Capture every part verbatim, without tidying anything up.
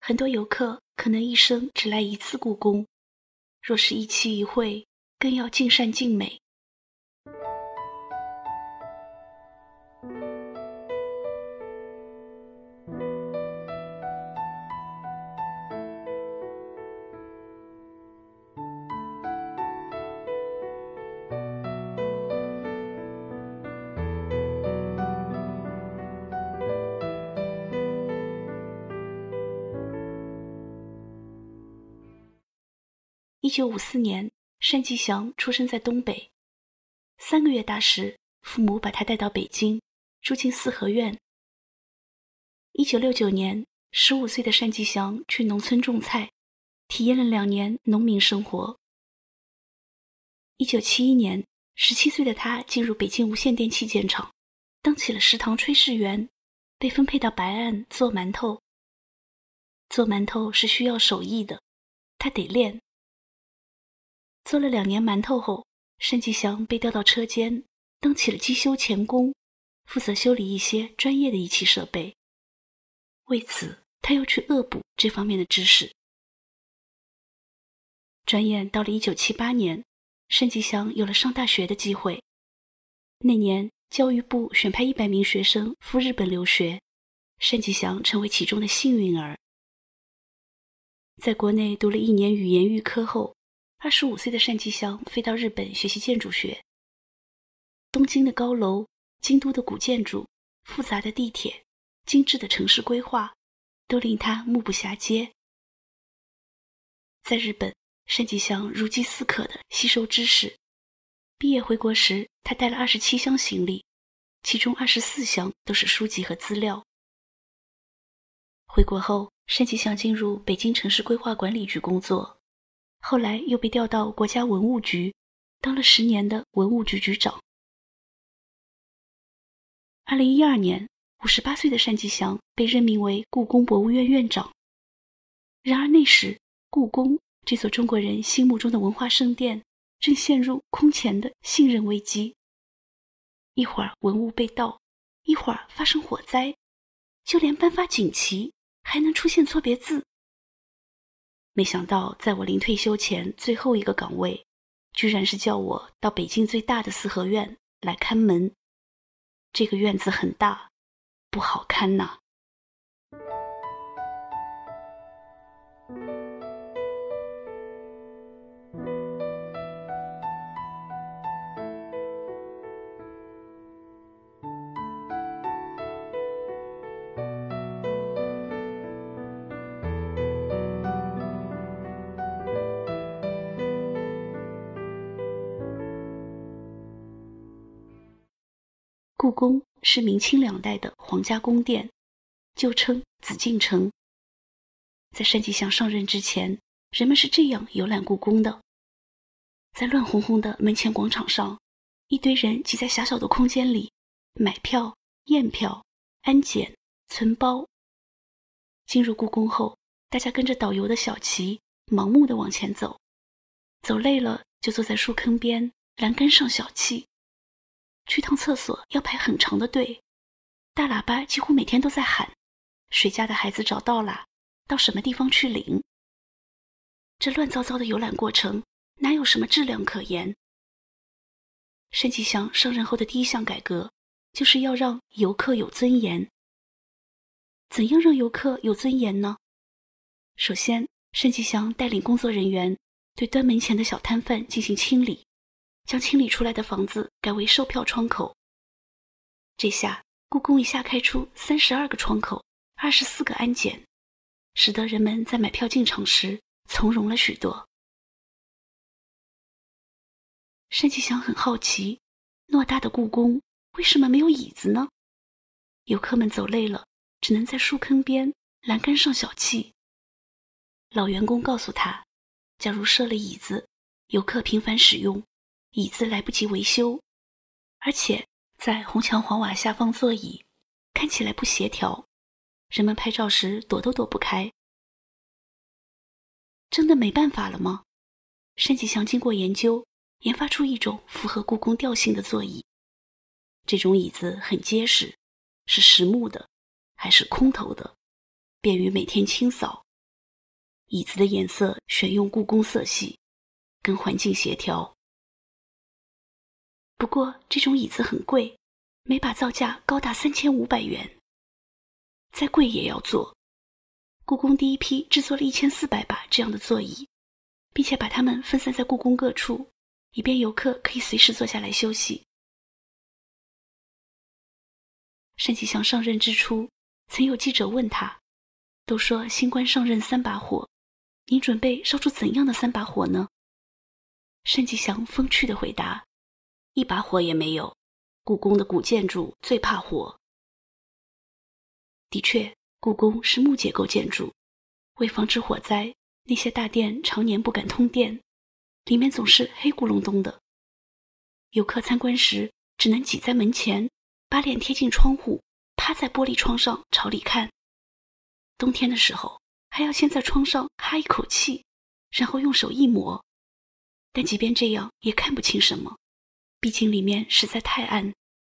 很多游客可能一生只来一次故宫，若是一期一会，更要尽善尽美。一九五四年，单霁翔出生在东北。三个月大时，父母把他带到北京，住进四合院。一九六九年，十五岁的单霁翔去农村种菜，体验了两年农民生活。一九七一年，十七岁的他进入北京无线电器件厂，当起了食堂炊事员，被分配到白岸做馒头。做馒头是需要手艺的，他得练。做了两年馒头后，单霁翔被调到车间，当起了机修钳工，负责修理一些专业的仪器设备。为此，他又去恶补这方面的知识。转眼到了一九七八年，单霁翔有了上大学的机会。那年，教育部选派一百名学生赴日本留学，单霁翔成为其中的幸运儿。在国内读了一年语言预科后，二十五岁的单霁翔飞到日本学习建筑学。东京的高楼、京都的古建筑、复杂的地铁、精致的城市规划，都令他目不暇接。在日本，单霁翔如饥似渴地吸收知识。毕业回国时，他带了二十七箱行李，其中二十四箱都是书籍和资料。回国后，单霁翔进入北京城市规划管理局工作。后来又被调到国家文物局，当了十年的文物局局长。二零一二年，五十八岁的单霁翔被任命为故宫博物院院长。然而那时，故宫这所中国人心目中的文化圣殿正陷入空前的信任危机。一会儿文物被盗，一会儿发生火灾，就连颁发锦旗还能出现错别字。没想到在我临退休前最后一个岗位，居然是叫我到北京最大的四合院来看门。这个院子很大，不好看呐。故宫是明清两代的皇家宫殿，旧称紫禁城。在单霁翔上任之前，人们是这样游览故宫的。在乱哄哄的门前广场上，一堆人挤在狭小的空间里，买票、验票、安检、存包。进入故宫后，大家跟着导游的小旗，盲目地往前走。走累了，就坐在树坑边，栏杆上小憩。去趟厕所要排很长的队，大喇叭几乎每天都在喊，谁家的孩子找到啦，到什么地方去领。这乱糟糟的游览过程哪有什么质量可言。单霁翔上任后的第一项改革，就是要让游客有尊严。怎样让游客有尊严呢？首先，单霁翔带领工作人员对端门前的小摊贩进行清理，将清理出来的房子改为售票窗口。这下故宫一下开出三十二个窗口，二十四个安检，使得人们在买票进场时从容了许多。单霁翔很好奇，偌大的故宫为什么没有椅子呢？游客们走累了，只能在树坑边、栏杆上小憩。老员工告诉他，假如设了椅子，游客频繁使用，椅子来不及维修，而且在红墙黄瓦下放座椅，看起来不协调，人们拍照时躲都躲不开。真的没办法了吗？单霁翔经过研究，研发出一种符合故宫调性的座椅。这种椅子很结实，是实木的，还是空头的，便于每天清扫， 椅子的颜色选用故宫色系，跟环境协调。不过这种椅子很贵，每把造价高达三千五百元，再贵也要做。故宫第一批制作了一千四百把这样的座椅，并且把它们分散在故宫各处，以便游客可以随时坐下来休息。单霁翔上任之初，曾有记者问他，都说新官上任三把火，您准备烧出怎样的三把火呢？单霁翔风趣地回答，一把火也没有，故宫的古建筑最怕火。的确，故宫是木结构建筑，为防止火灾，那些大殿常年不敢通电，里面总是黑咕隆咚的。游客参观时只能挤在门前，把脸贴近窗户，趴在玻璃窗上朝里看。冬天的时候还要先在窗上哈一口气，然后用手一抹。但即便这样也看不清什么，毕竟里面实在太暗。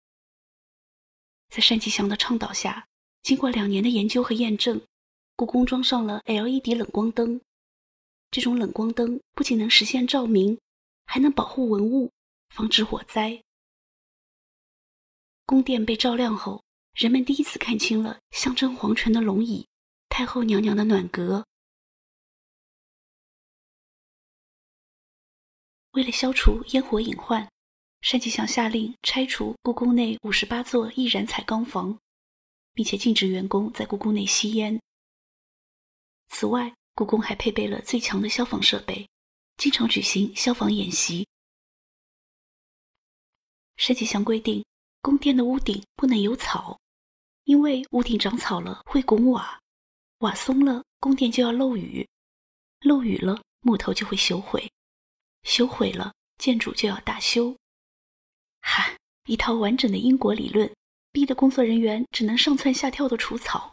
在单霁翔的倡导下，经过两年的研究和验证，故宫装上了 L E D 冷光灯。这种冷光灯不仅能实现照明，还能保护文物，防止火灾。宫殿被照亮后，人们第一次看清了象征皇权的龙椅、太后娘娘的暖阁。为了消除烟火隐患，单霁翔下令拆除故宫内五十八座易燃彩钢房，并且禁止员工在故宫内吸烟。此外，故宫还配备了最强的消防设备，经常举行消防演习。单霁翔规定，宫殿的屋顶不能有草，因为屋顶长草了会拱瓦，瓦松了宫殿就要漏雨，漏雨了木头就会朽毁，修毁了，建筑就要大修。哈，一套完整的因果理论，逼得工作人员只能上蹿下跳的除草。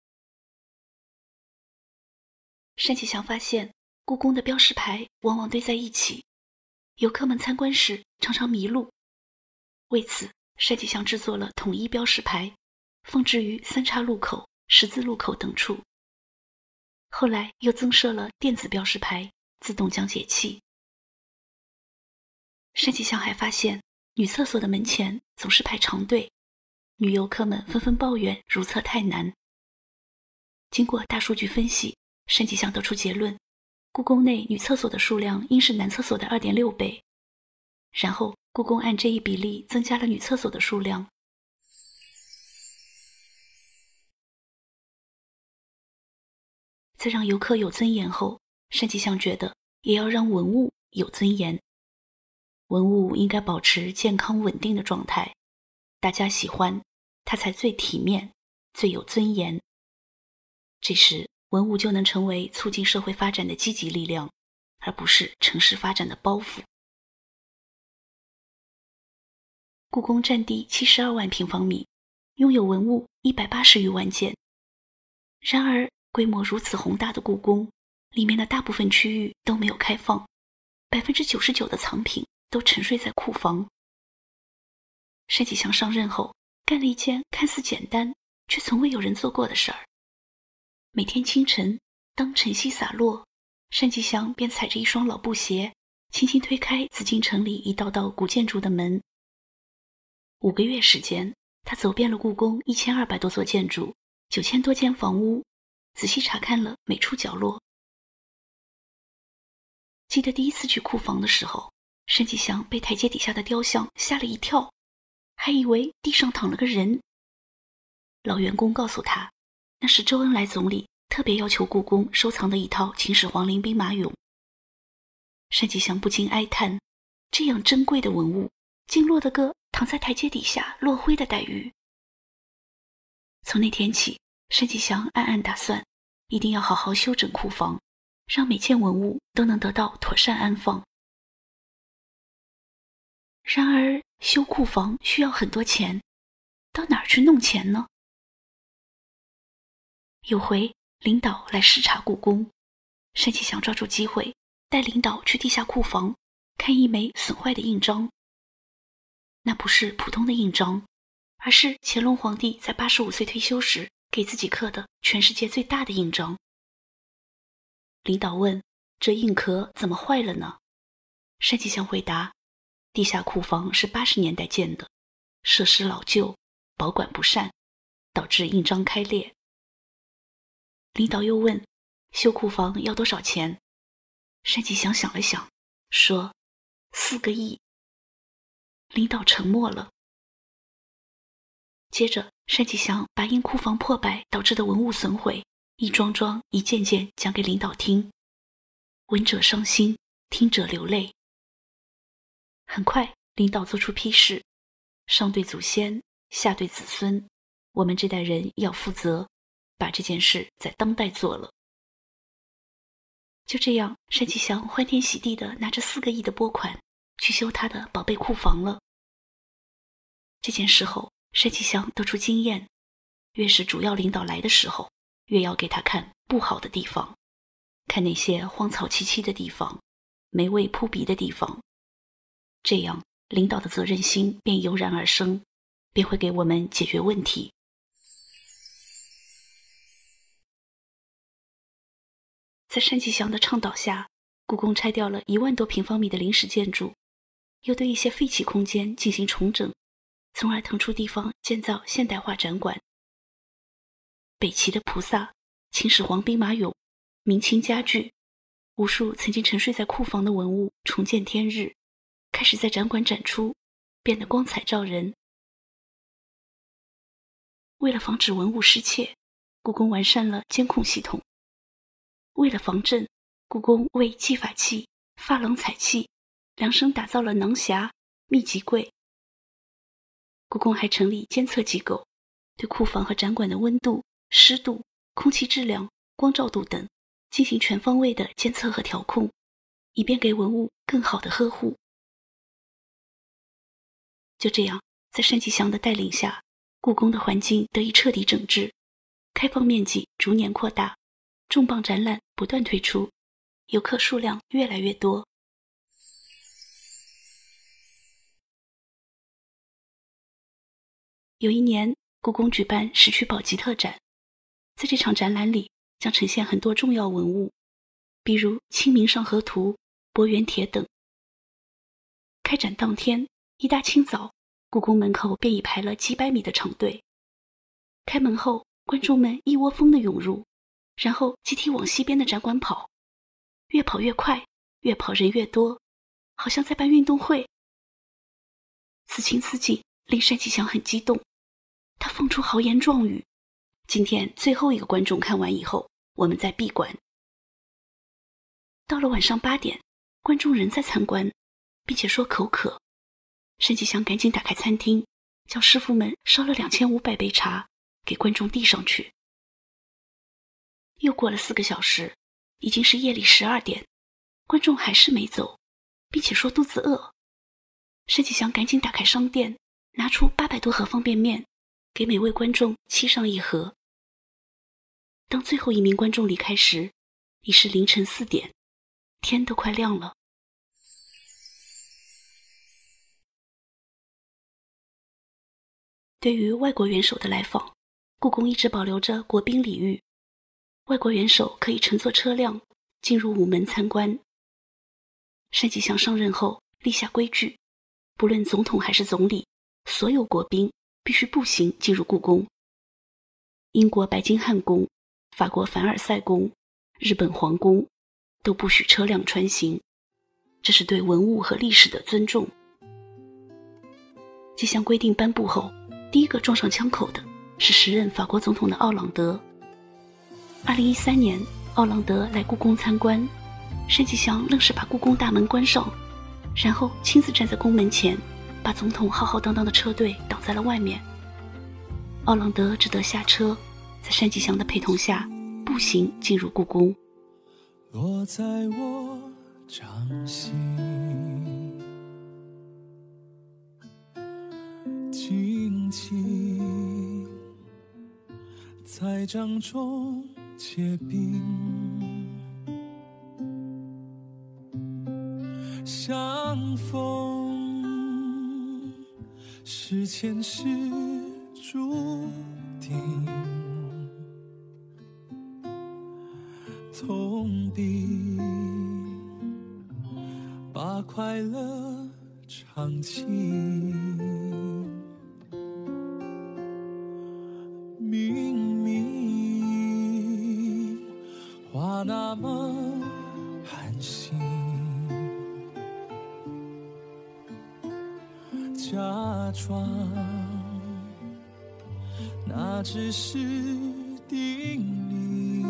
单霁翔发现，故宫的标识牌往往堆在一起，游客们参观时常常迷路。为此，单霁翔制作了统一标识牌，放置于三岔路口、十字路口等处。后来又增设了电子标识牌、自动讲解器。单霁翔还发现，女厕所的门前总是排长队，女游客们纷纷抱怨如厕太难。经过大数据分析，单霁翔得出结论，故宫内女厕所的数量应是男厕所的 二点六 倍。然后故宫按这一比例增加了女厕所的数量。在让游客有尊严后，单霁翔觉得也要让文物有尊严。文物应该保持健康稳定的状态，大家喜欢，它才最体面，最有尊严。这时，文物就能成为促进社会发展的积极力量，而不是城市发展的包袱。故宫占地七十二万平方米，拥有文物一百八十余万件。然而，规模如此宏大的故宫，里面的大部分区域都没有开放， 百分之九十九 的藏品都沉睡在库房。单霁翔上任后，干了一件看似简单却从未有人做过的事儿。每天清晨，当晨曦洒落，单霁翔便踩着一双老布鞋，轻轻推开紫禁城里一道道古建筑的门。五个月时间，他走遍了故宫一千二百多座建筑，九千多间房屋，仔细查看了每处角落。记得第一次去库房的时候，单霁翔被台阶底下的雕像吓了一跳，还以为地上躺了个人。老员工告诉他，那是周恩来总理特别要求故宫收藏的一套秦始皇陵兵马俑。单霁翔不禁哀叹，这样珍贵的文物，竟落得个躺在台阶底下落灰的待遇。从那天起，单霁翔暗暗打算，一定要好好修整库房，让每件文物都能得到妥善安放。然而，修库房需要很多钱，到哪儿去弄钱呢？有回，领导来视察故宫，单霁翔抓住机会，带领导去地下库房，看一枚损坏的印章。那不是普通的印章，而是乾隆皇帝在八十五岁退休时给自己刻的全世界最大的印章。 领导问：这硬壳怎么坏了呢？单霁翔回答：地下库房是八十年代建的，设施老旧，保管不善，导致印章开裂。领导又问：修库房要多少钱？单霁翔想了想，说：四个亿。领导沉默了。接着，单霁翔把因库房破败导致的文物损毁一桩桩一件件讲给领导听，闻者伤心，听者流泪。很快，领导做出批示：上对祖先，下对子孙，我们这代人要负责，把这件事在当代做了。就这样，单霁翔欢天喜地地拿着四个亿的拨款去修他的宝贝库房了。这件事后，单霁翔得出经验，越是主要领导来的时候，越要给他看不好的地方，看那些荒草萋萋的地方，霉味扑鼻的地方。这样，领导的责任心便油然而生，便会给我们解决问题。在单霁翔的倡导下，故宫拆掉了一万多平方米的临时建筑，又对一些废弃空间进行重整，从而腾出地方建造现代化展馆。北齐的菩萨、秦始皇兵马俑、明清家具，无数曾经沉睡在库房的文物重见天日，开始在展馆展出，变得光彩照人。为了防止文物失窃，故宫完善了监控系统。为了防震，故宫为技法器、珐琅彩器量身打造了囊匣、秘籍柜。故宫还成立监测机构，对库房和展馆的温度、湿度、空气质量、光照度等进行全方位的监测和调控，以便给文物更好的呵护。就这样，在单霁翔的带领下，故宫的环境得以彻底整治，开放面积逐年扩大，重磅展览不断推出，游客数量越来越多。有一年，故宫举办石渠宝笈特展，在这场展览里将呈现很多重要文物，比如《清明上河图》、伯元帖等。开展当天，一大清早，故宫门口便已排了几百米的长队。开门后，观众们一窝蜂地涌入，然后集体往西边的展馆跑，越跑越快，越跑人越多，好像在办运动会。此情此景令单霁翔很激动，他放出豪言壮语：今天最后一个观众看完以后，我们再闭馆。到了晚上八点，观众仍在参观，并且说口渴。单霁翔赶紧打开餐厅，叫师傅们烧了两千五百杯茶给观众递上去。又过了四个小时，已经是夜里十二点，观众还是没走，并且说肚子饿。单霁翔赶紧打开商店，拿出八百多盒方便面，给每位观众沏上一盒。当最后一名观众离开时，已是凌晨四点，天都快亮了。对于外国元首的来访，故宫一直保留着国宾礼遇，外国元首可以乘坐车辆进入午门参观。单霁翔上任后立下规矩，不论总统还是总理，所有国宾必须步行进入故宫。英国白金汉宫、法国凡尔赛宫、日本皇宫都不许车辆穿行，这是对文物和历史的尊重。这项规定颁布后，第一个撞上枪口的是时任法国总统的奥朗德。二零一三年，奥朗德来故宫参观，单霁翔愣是把故宫大门关上，然后亲自站在宫门前，把总统浩浩荡荡的车队挡在了外面。奥朗德只得下车，在单霁翔的陪同下步行进入故宫。 落在我掌心，轻轻在掌中结冰，相逢是前世注定， 痛笔，把快乐唱起。明明话那么寒心，假装那只是定理，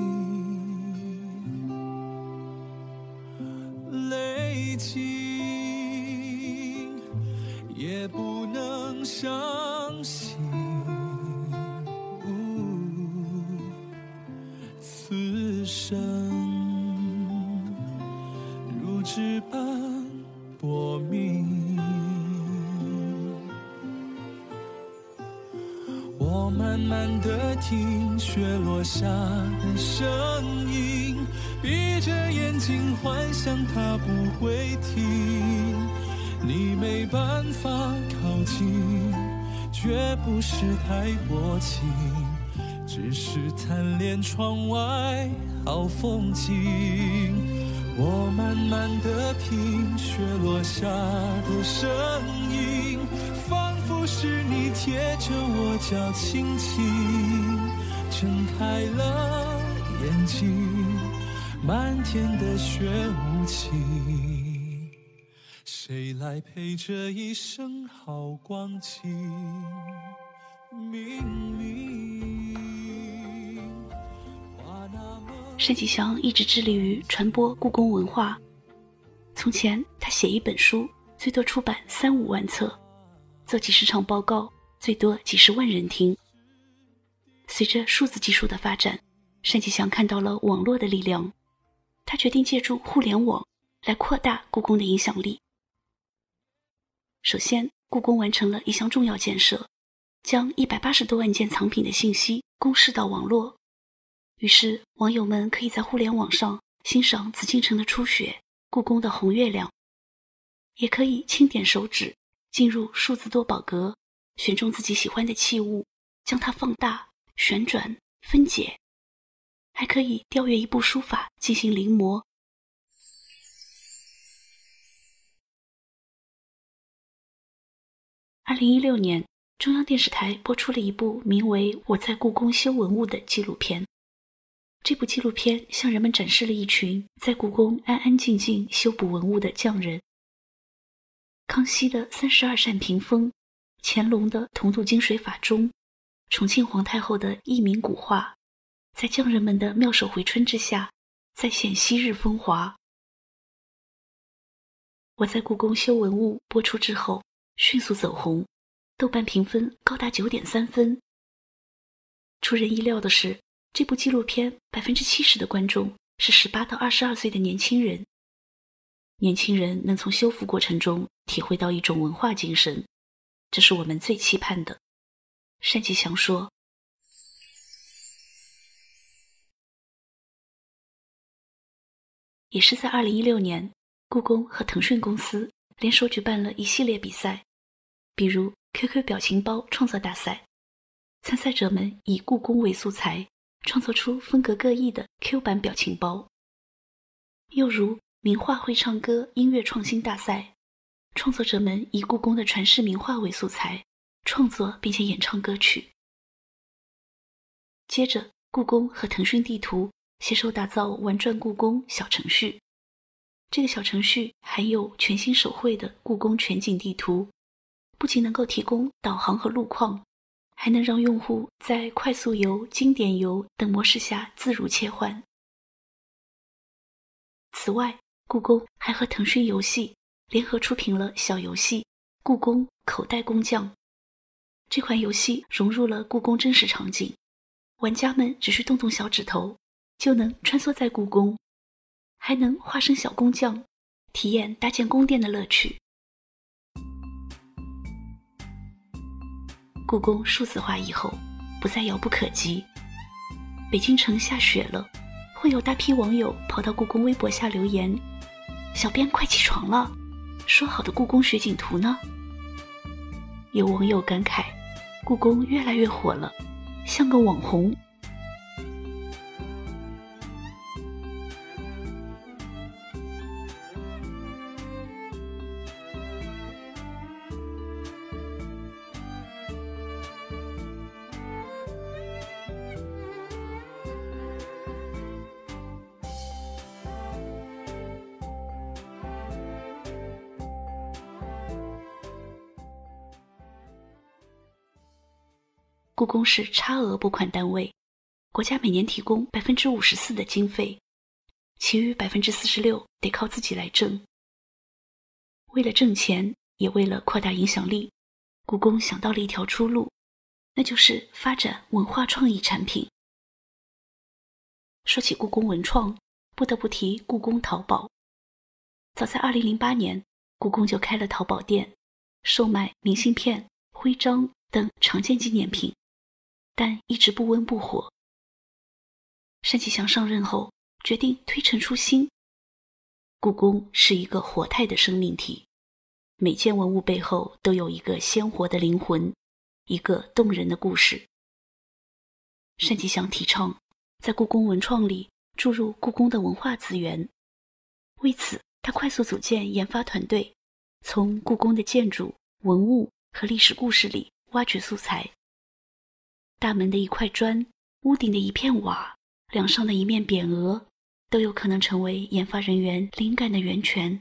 累积也不能相信，此生如纸般薄命。我慢慢地听雪落下的声音，闭着眼睛幻想它不会停。你没办法靠近，绝不是太薄情，只是贪恋窗外好风景。我慢慢地听雪落下的声音，仿佛是你贴着我脚轻轻睁开了眼睛，漫天的雪无情，谁来陪这一生好光景？明明话那么单霁翔一直致力于传播故宫文化。从前他写一本书最多出版三五万册，做几十场报告最多几十万人听。随着数字技术的发展，单霁翔看到了网络的力量，他决定借助互联网来扩大故宫的影响力。首先，故宫完成了一项重要建设，将一百八十多万件藏品的信息公示到网络。于是网友们可以在互联网上欣赏紫禁城的初雪、故宫的红月亮，也可以轻点手指进入数字多宝格，选中自己喜欢的器物，将它放大、旋转、分解，还可以调阅一部书法进行临摹。二零一六年，中央电视台播出了一部名为《我在故宫修文物》的纪录片。这部纪录片向人们展示了一群在故宫安安静静修补文物的匠人。康熙的三十二扇屏风，乾隆的铜度金水法钟，重庆皇太后的佚名古画，在匠人们的妙手回春之下，再现昔日风华。我在故宫修文物播出之后迅速走红，豆瓣评分高达 九点三 分。出人意料的是，这部纪录片 百分之七十 的观众是十八到二十二岁的年轻人。年轻人能从修复过程中体会到一种文化精神，这是我们最期盼的。单霁翔说，也是在二零一六年，故宫和腾讯公司联手举办了一系列比赛，比如 Q Q 表情包创作大赛，参赛者们以故宫为素材，创作出风格各异的 Q 版表情包。又如名画会唱歌音乐创新大赛，创作者们以故宫的传世名画为素材，创作并且演唱歌曲。接着，故宫和腾讯地图携手打造玩转故宫小程序。这个小程序含有全新手绘的故宫全景地图，不仅能够提供导航和路况，还能让用户在快速游、经典游等模式下自如切换。此外，故宫还和腾讯游戏联合出品了小游戏《故宫口袋工匠》。这款游戏融入了故宫真实场景，玩家们只需动动小指头，就能穿梭在故宫，还能化身小工匠，体验搭建宫殿的乐趣。故宫数字化以后，不再遥不可及。北京城下雪了，会有大批网友跑到故宫微博下留言：“小编快起床了，说好的故宫雪景图呢？”有网友感慨，故宫越来越火了，像个网红。 故宫是差额拨款单位，国家每年提供 百分之五十四 的经费，其余 百分之四十六 得靠自己来挣。为了挣钱，也为了扩大影响力，故宫想到了一条出路，那就是发展文化创意产品。说起故宫文创，不得不提故宫淘宝。早在二零零八年，故宫就开了淘宝店，售卖明信片、徽章等常见纪念品，但一直不温不火。单霁翔上任后，决定推陈出新。故宫是一个活态的生命体，每件文物背后都有一个鲜活的灵魂，一个动人的故事。单霁翔提倡在故宫文创里注入故宫的文化资源，为此他快速组建研发团队，从故宫的建筑、文物和历史故事里挖掘素材。大门的一块砖，屋顶的一片瓦，梁上的一面匾额，都有可能成为研发人员灵感的源泉。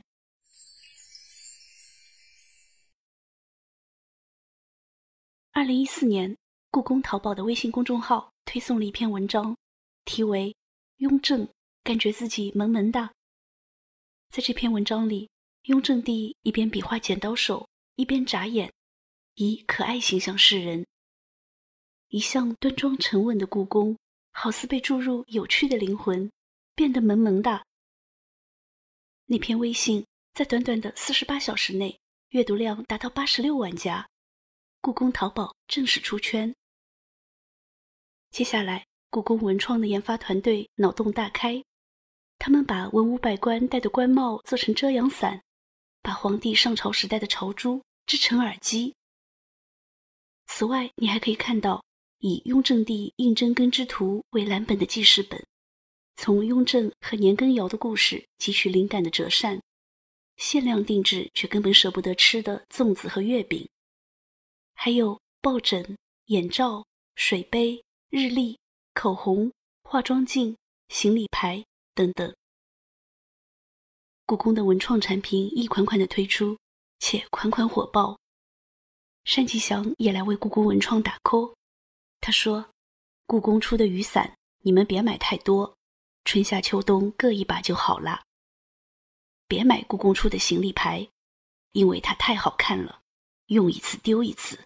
二零一四年，故宫淘宝的微信公众号推送了一篇文章，题为《雍正感觉自己萌萌哒》。在这篇文章里，雍正帝一边比划剪刀手，一边眨眼，以可爱形象示人。一向端庄沉稳的故宫，好似被注入有趣的灵魂，变得萌萌哒。那篇微信在短短的四十八小时内，阅读量达到八十六万加，故宫淘宝正式出圈。接下来，故宫文创的研发团队脑洞大开，他们把文武百官戴的官帽做成遮阳伞，把皇帝上朝时代的朝珠织成耳机。此外，你还可以看到以雍正帝胤禛耕织图为蓝本的记事本，从雍正和年羹尧的故事汲取灵感的折扇，限量定制却根本舍不得吃的粽子和月饼，还有抱枕、眼罩、水杯、日历、口红、化妆镜、行李牌等等。故宫的文创产品一款款的推出，且款款火爆。单霁翔也来为故宫文创打 call， 他说：故宫出的雨伞你们别买太多，春夏秋冬各一把就好啦。别买故宫出的行李牌，因为它太好看了，用一次丢一次。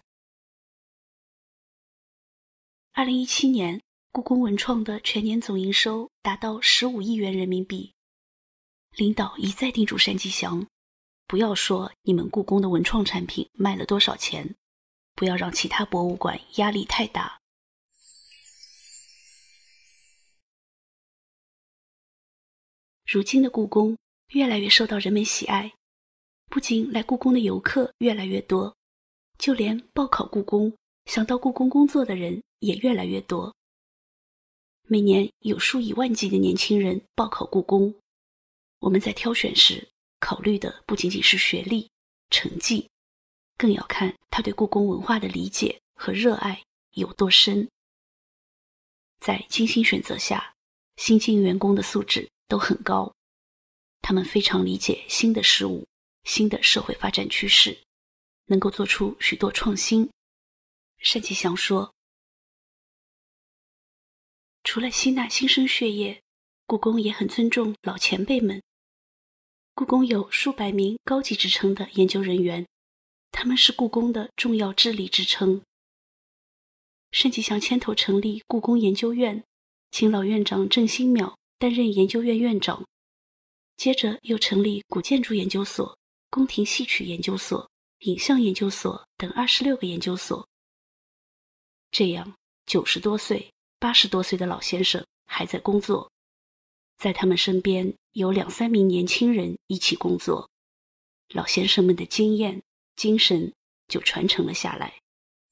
二零一七年，故宫文创的全年总营收达到十五亿元人民币。领导一再叮嘱单霁翔，不要说你们故宫的文创产品卖了多少钱，不要让其他博物馆压力太大。如今的故宫越来越受到人们喜爱，不仅来故宫的游客越来越多，就连报考故宫、想到故宫工作的人也越来越多。每年有数以万计的年轻人报考故宫，我们在挑选时考虑的不仅仅是学历、成绩，更要看他对故宫文化的理解和热爱有多深。在精心选择下，新进员工的素质都很高，他们非常理解新的事物、新的社会发展趋势，能够做出许多创新。单霁翔说，除了吸纳新生血液，故宫也很尊重老前辈们。故宫有数百名高级职称的研究人员，他们是故宫的重要智力支撑。单霁翔牵头成立故宫研究院，请老院长郑新淼担任研究院院长，接着又成立古建筑研究所、宫廷戏曲研究所、影像研究所等二十六个研究所。这样九十多岁、八十多岁的老先生还在工作，在他们身边有两三名年轻人一起工作，老先生们的经验、精神就传承了下来。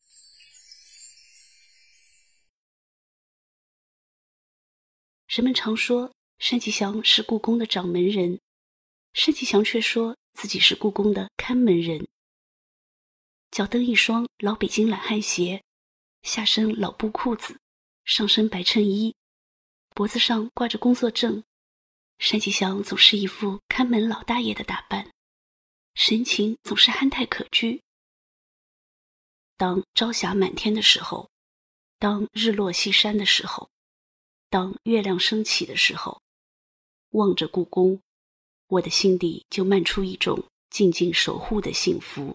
人们常说单霁翔是故宫的掌门人，单霁翔却说自己是故宫的看门人。脚蹬一双老北京懒汉鞋，下身老布裤子，上身白衬衣，脖子上挂着工作证，单霁翔总是一副看门老大爷的打扮，神情总是憨态可掬。当朝霞满天的时候， 当日落西山的时候，当月亮升起的时候，望着故宫，我的心底就漫出一种静静守护的幸福。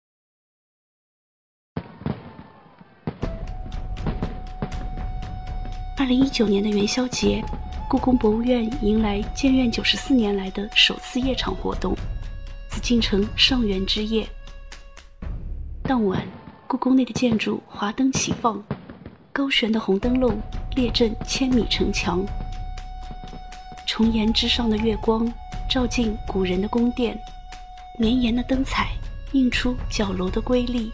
二零一九年的元宵节，故宫博物院迎来建院九十四年来的首次夜场活动——紫禁城上元之夜。当晚，故宫内的建筑华灯齐放，高悬的红灯笼列阵千米城墙，重檐之上的月光照进古人的宫殿，绵延的灯彩映出角楼的瑰丽。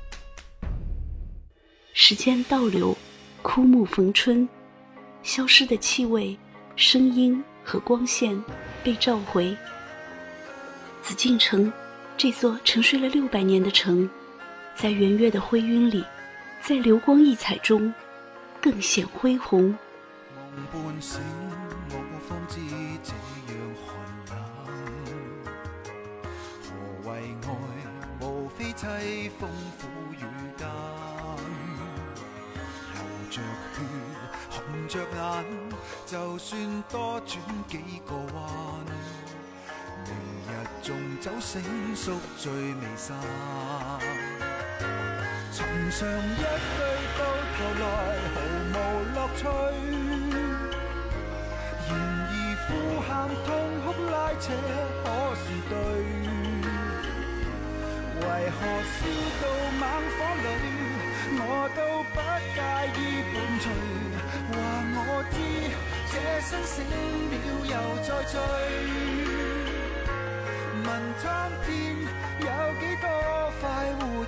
时间倒流，枯木逢春，消失的气味、声音和光线被召回。紫禁城，这座沉睡了六百年的城，在圆月的灰晕里，在流光溢彩中更显恢宏。 梦半醒，我方知这样寒冷。何謂愛？無非凄風苦雨燈。流着血，紅着眼，就算多轉幾個彎，明日縱酒醒宿醉未散。尋常一對到頭來毫無樂趣，然而呼喊痛哭拉扯可是對，為何燒到猛火裏我都不介意伴隨，話我知這生死秒又再聚，問蒼天有幾多快活